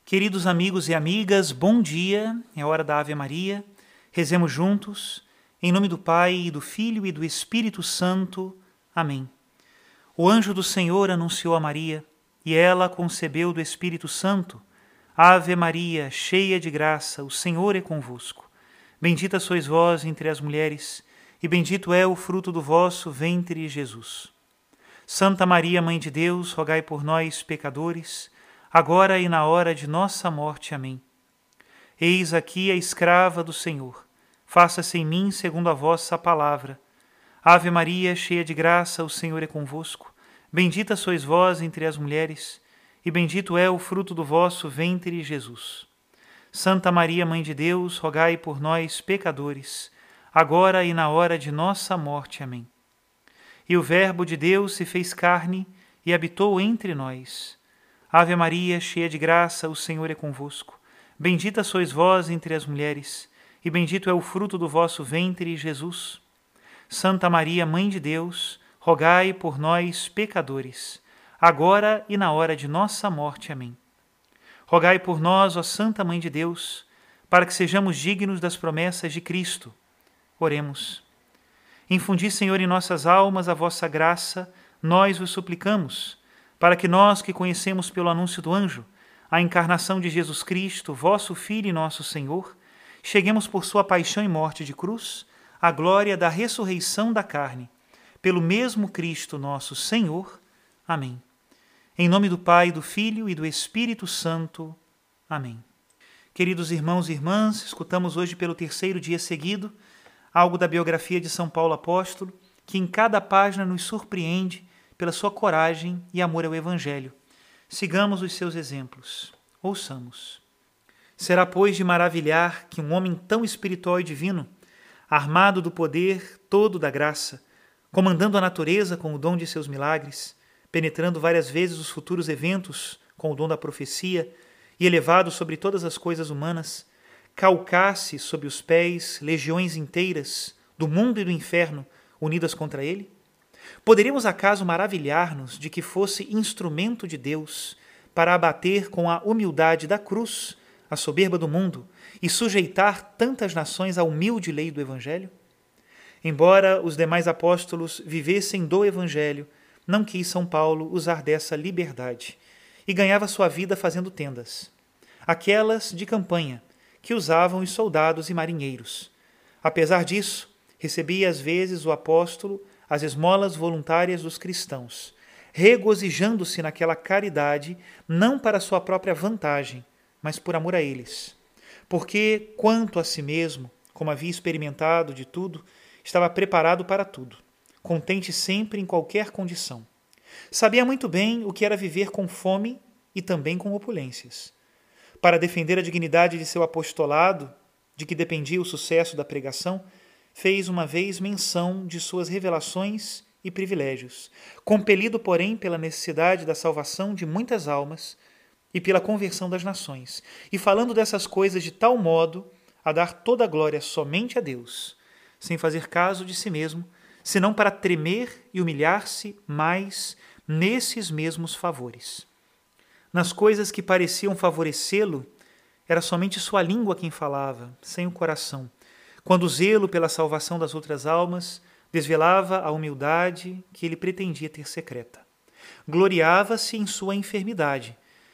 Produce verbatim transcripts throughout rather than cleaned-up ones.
Queridos amigos e amigas, bom dia, é hora da Ave Maria. Rezemos juntos, em nome do Pai, e do Filho e do Espírito Santo. Amém. O anjo do Senhor anunciou a Maria, e ela concebeu do Espírito Santo. Ave Maria, cheia de graça, o Senhor é convosco. Bendita sois vós entre as mulheres, e bendito é o fruto do vosso ventre, Jesus. Santa Maria, Mãe de Deus, rogai por nós, pecadores, agora e na hora de nossa morte. Amém. Eis aqui a escrava do Senhor. Faça-se em mim segundo a vossa palavra. Ave Maria, cheia de graça, o Senhor é convosco. Bendita sois vós entre as mulheres, e bendito é o fruto do vosso ventre, Jesus. Santa Maria, Mãe de Deus, rogai por nós, pecadores, agora e na hora de nossa morte. Amém. E o Verbo de Deus se fez carne e habitou entre nós. Ave Maria, cheia de graça, o Senhor é convosco. Bendita sois vós entre as mulheres, e bendito é o fruto do vosso ventre, Jesus. Santa Maria, Mãe de Deus, rogai por nós, pecadores, agora e na hora de nossa morte. Amém. Rogai por nós, ó Santa Mãe de Deus, para que sejamos dignos das promessas de Cristo. Oremos. Infundi, Senhor, em nossas almas a vossa graça, nós vos suplicamos, para que nós que conhecemos pelo anúncio do anjo a encarnação de Jesus Cristo, vosso Filho e nosso Senhor, cheguemos por sua paixão e morte de cruz à glória da ressurreição da carne, pelo mesmo Cristo nosso Senhor. Amém. Em nome do Pai, do Filho e do Espírito Santo. Amém. Queridos irmãos e irmãs, escutamos hoje pelo terceiro dia seguido algo da biografia de São Paulo Apóstolo, que em cada página nos surpreende pela sua coragem e amor ao Evangelho. Sigamos os seus exemplos. Ouçamos. Será, pois, de maravilhar que um homem tão espiritual e divino, armado do poder todo da graça, comandando a natureza com o dom de seus milagres, penetrando várias vezes os futuros eventos com o dom da profecia e elevado sobre todas as coisas humanas, calcasse sob os pés legiões inteiras do mundo e do inferno unidas contra ele? Poderíamos acaso maravilhar-nos de que fosse instrumento de Deus para abater com a humildade da cruz a soberba do mundo e sujeitar tantas nações à humilde lei do Evangelho? Embora os demais apóstolos vivessem do Evangelho, não quis São Paulo usar dessa liberdade e ganhava sua vida fazendo tendas, aquelas de campanha que usavam os soldados e marinheiros. Apesar disso, recebia às vezes o apóstolo as esmolas voluntárias dos cristãos, regozijando-se naquela caridade, não para sua própria vantagem, mas por amor a eles. Porque, quanto a si mesmo, como havia experimentado de tudo, estava preparado para tudo, contente sempre em qualquer condição. Sabia muito bem o que era viver com fome e também com opulências. Para defender a dignidade de seu apostolado, de que dependia o sucesso da pregação, fez uma vez menção de suas revelações e privilégios, compelido, porém, pela necessidade da salvação de muitas almas e pela conversão das nações, e falando dessas coisas de tal modo a dar toda a glória somente a Deus, sem fazer caso de si mesmo, senão para tremer e humilhar-se mais nesses mesmos favores. Nas coisas que pareciam favorecê-lo, era somente sua língua quem falava, sem o coração, quando o zelo pela salvação das outras almas desvelava a humildade que ele pretendia ter secreta. Gloriava-se em sua enfermidade.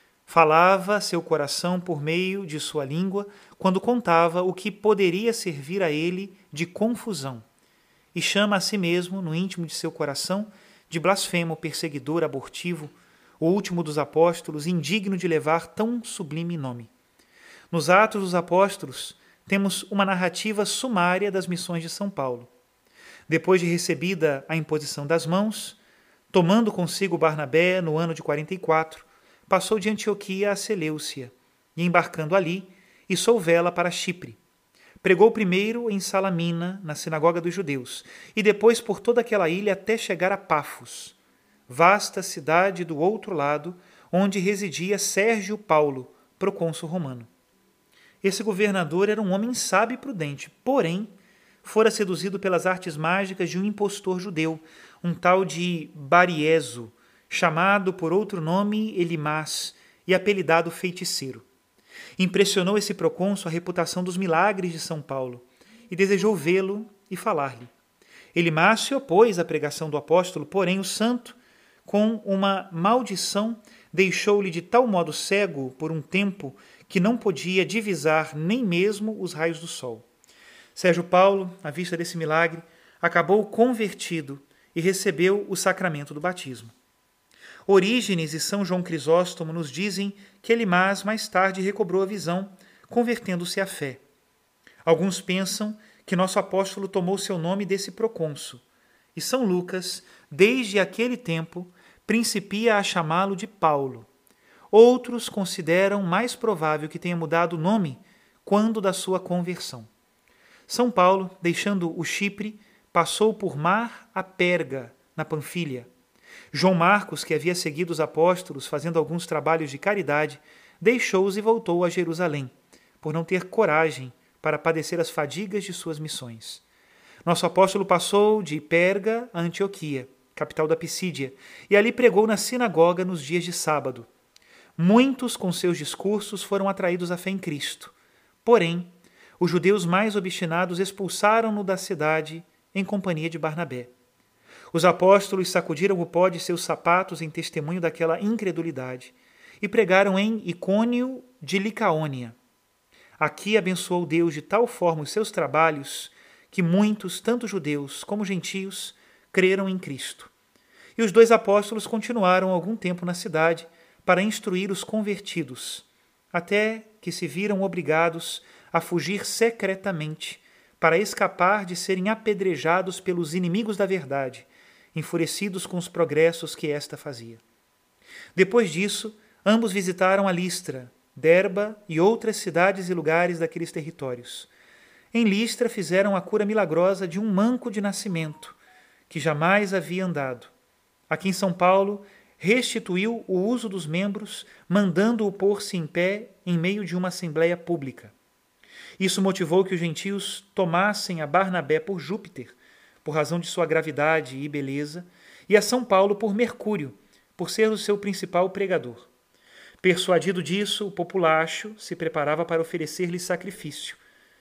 Falava seu coração por meio de sua língua quando contava o que poderia servir a ele de confusão. E chama a si mesmo, no íntimo de seu coração, de blasfemo, perseguidor, abortivo, o último dos apóstolos, indigno de levar tão sublime nome. Nos Atos dos Apóstolos, temos uma narrativa sumária das missões de São Paulo. Depois de recebida a imposição das mãos, tomando consigo Barnabé no ano de quarenta e quatro, passou de Antioquia a Seleucia, e embarcando ali, içou vela para Chipre. Pregou primeiro em Salamina, na sinagoga dos judeus, e depois por toda aquela ilha até chegar a Pafos, vasta cidade do outro lado, onde residia Sérgio Paulo, procônsul romano. Esse governador era um homem sábio e prudente, porém, fora seduzido pelas artes mágicas de um impostor judeu, um tal de Barieso, chamado por outro nome Elimás e apelidado Feiticeiro. Impressionou esse procônsul a reputação dos milagres de São Paulo e desejou vê-lo e falar-lhe. Elimar se opôs à pregação do apóstolo, porém o santo, com uma maldição, deixou-lhe de tal modo cego por um tempo que não podia divisar nem mesmo os raios do sol. Sérgio Paulo, à vista desse milagre, acabou convertido e recebeu o sacramento do batismo. Orígenes e São João Crisóstomo nos dizem que Elimas mais tarde recobrou a visão, convertendo-se à fé. Alguns pensam que nosso apóstolo tomou seu nome desse procônsul, e São Lucas, desde aquele tempo, principia a chamá-lo de Paulo. Outros consideram mais provável que tenha mudado o nome quando da sua conversão. São Paulo, deixando o Chipre, passou por mar a Perga, na Panfilha. João Marcos, que havia seguido os apóstolos fazendo alguns trabalhos de caridade, deixou-os e voltou a Jerusalém, por não ter coragem para padecer as fadigas de suas missões. Nosso apóstolo passou de Perga a Antioquia, capital da Pisídia, e ali pregou na sinagoga nos dias de sábado. Muitos, com seus discursos, foram atraídos à fé em Cristo. Porém, os judeus mais obstinados expulsaram-no da cidade em companhia de Barnabé. Os apóstolos sacudiram o pó de seus sapatos em testemunho daquela incredulidade e pregaram em Icônio de Licaônia. Aqui abençoou Deus de tal forma os seus trabalhos que muitos, tanto judeus como gentios, creram em Cristo. E os dois apóstolos continuaram algum tempo na cidade para instruir os convertidos, até que se viram obrigados a fugir secretamente para escapar de serem apedrejados pelos inimigos da verdade, enfurecidos com os progressos que esta fazia. Depois disso, ambos visitaram a Listra, Derba e outras cidades e lugares daqueles territórios. Em Listra fizeram a cura milagrosa de um manco de nascimento, que jamais havia andado. Aqui em São Paulo, restituiu o uso dos membros, mandando-o pôr-se em pé em meio de uma assembleia pública. Isso motivou que os gentios tomassem a Barnabé por Júpiter, por razão de sua gravidade e beleza, e a São Paulo por Mercúrio, por ser o seu principal pregador. Persuadido disso, o populacho se preparava para oferecer-lhe sacrifício.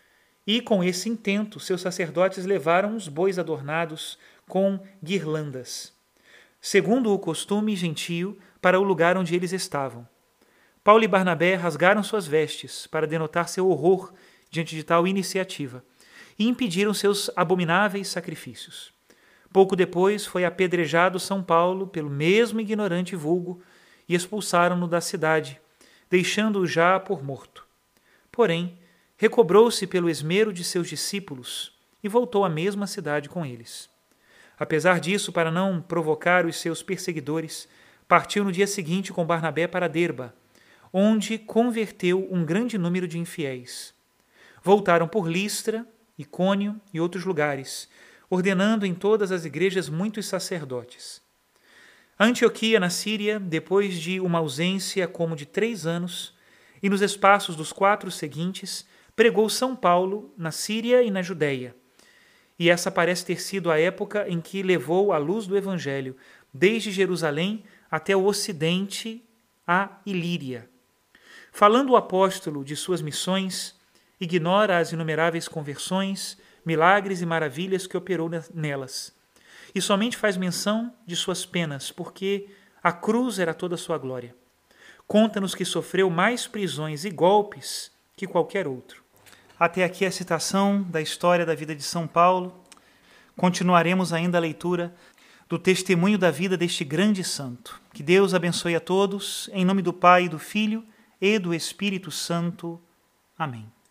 E, com esse intento, seus sacerdotes levaram os bois adornados com guirlandas, segundo o costume gentio, para o lugar onde eles estavam. Paulo e Barnabé rasgaram suas vestes para denotar seu horror diante de tal iniciativa e impediram seus abomináveis sacrifícios. Pouco depois foi apedrejado São Paulo pelo mesmo ignorante vulgo e expulsaram-no da cidade, deixando-o já por morto. Porém, recobrou-se pelo esmero de seus discípulos e voltou à mesma cidade com eles. Apesar disso, para não provocar os seus perseguidores, partiu no dia seguinte com Barnabé para Derba, onde converteu um grande número de infiéis. Voltaram por Listra, Icônio e outros lugares, ordenando em todas as igrejas muitos sacerdotes. A Antioquia, na Síria, depois de uma ausência como de três anos, e nos espaços dos quatro seguintes, pregou São Paulo na Síria e na Judéia. E essa parece ter sido a época em que levou a luz do Evangelho, desde Jerusalém até o ocidente, a Ilíria. Falando o apóstolo de suas missões, ignora as inumeráveis conversões, milagres e maravilhas que operou nelas, e somente faz menção de suas penas, porque a cruz era toda a sua glória. Conta-nos que sofreu mais prisões e golpes que qualquer outro. Até aqui a citação da história da vida de São Paulo. Continuaremos ainda a leitura do testemunho da vida deste grande santo. Que Deus abençoe a todos, em nome do Pai, do Filho e do Espírito Santo. Amém.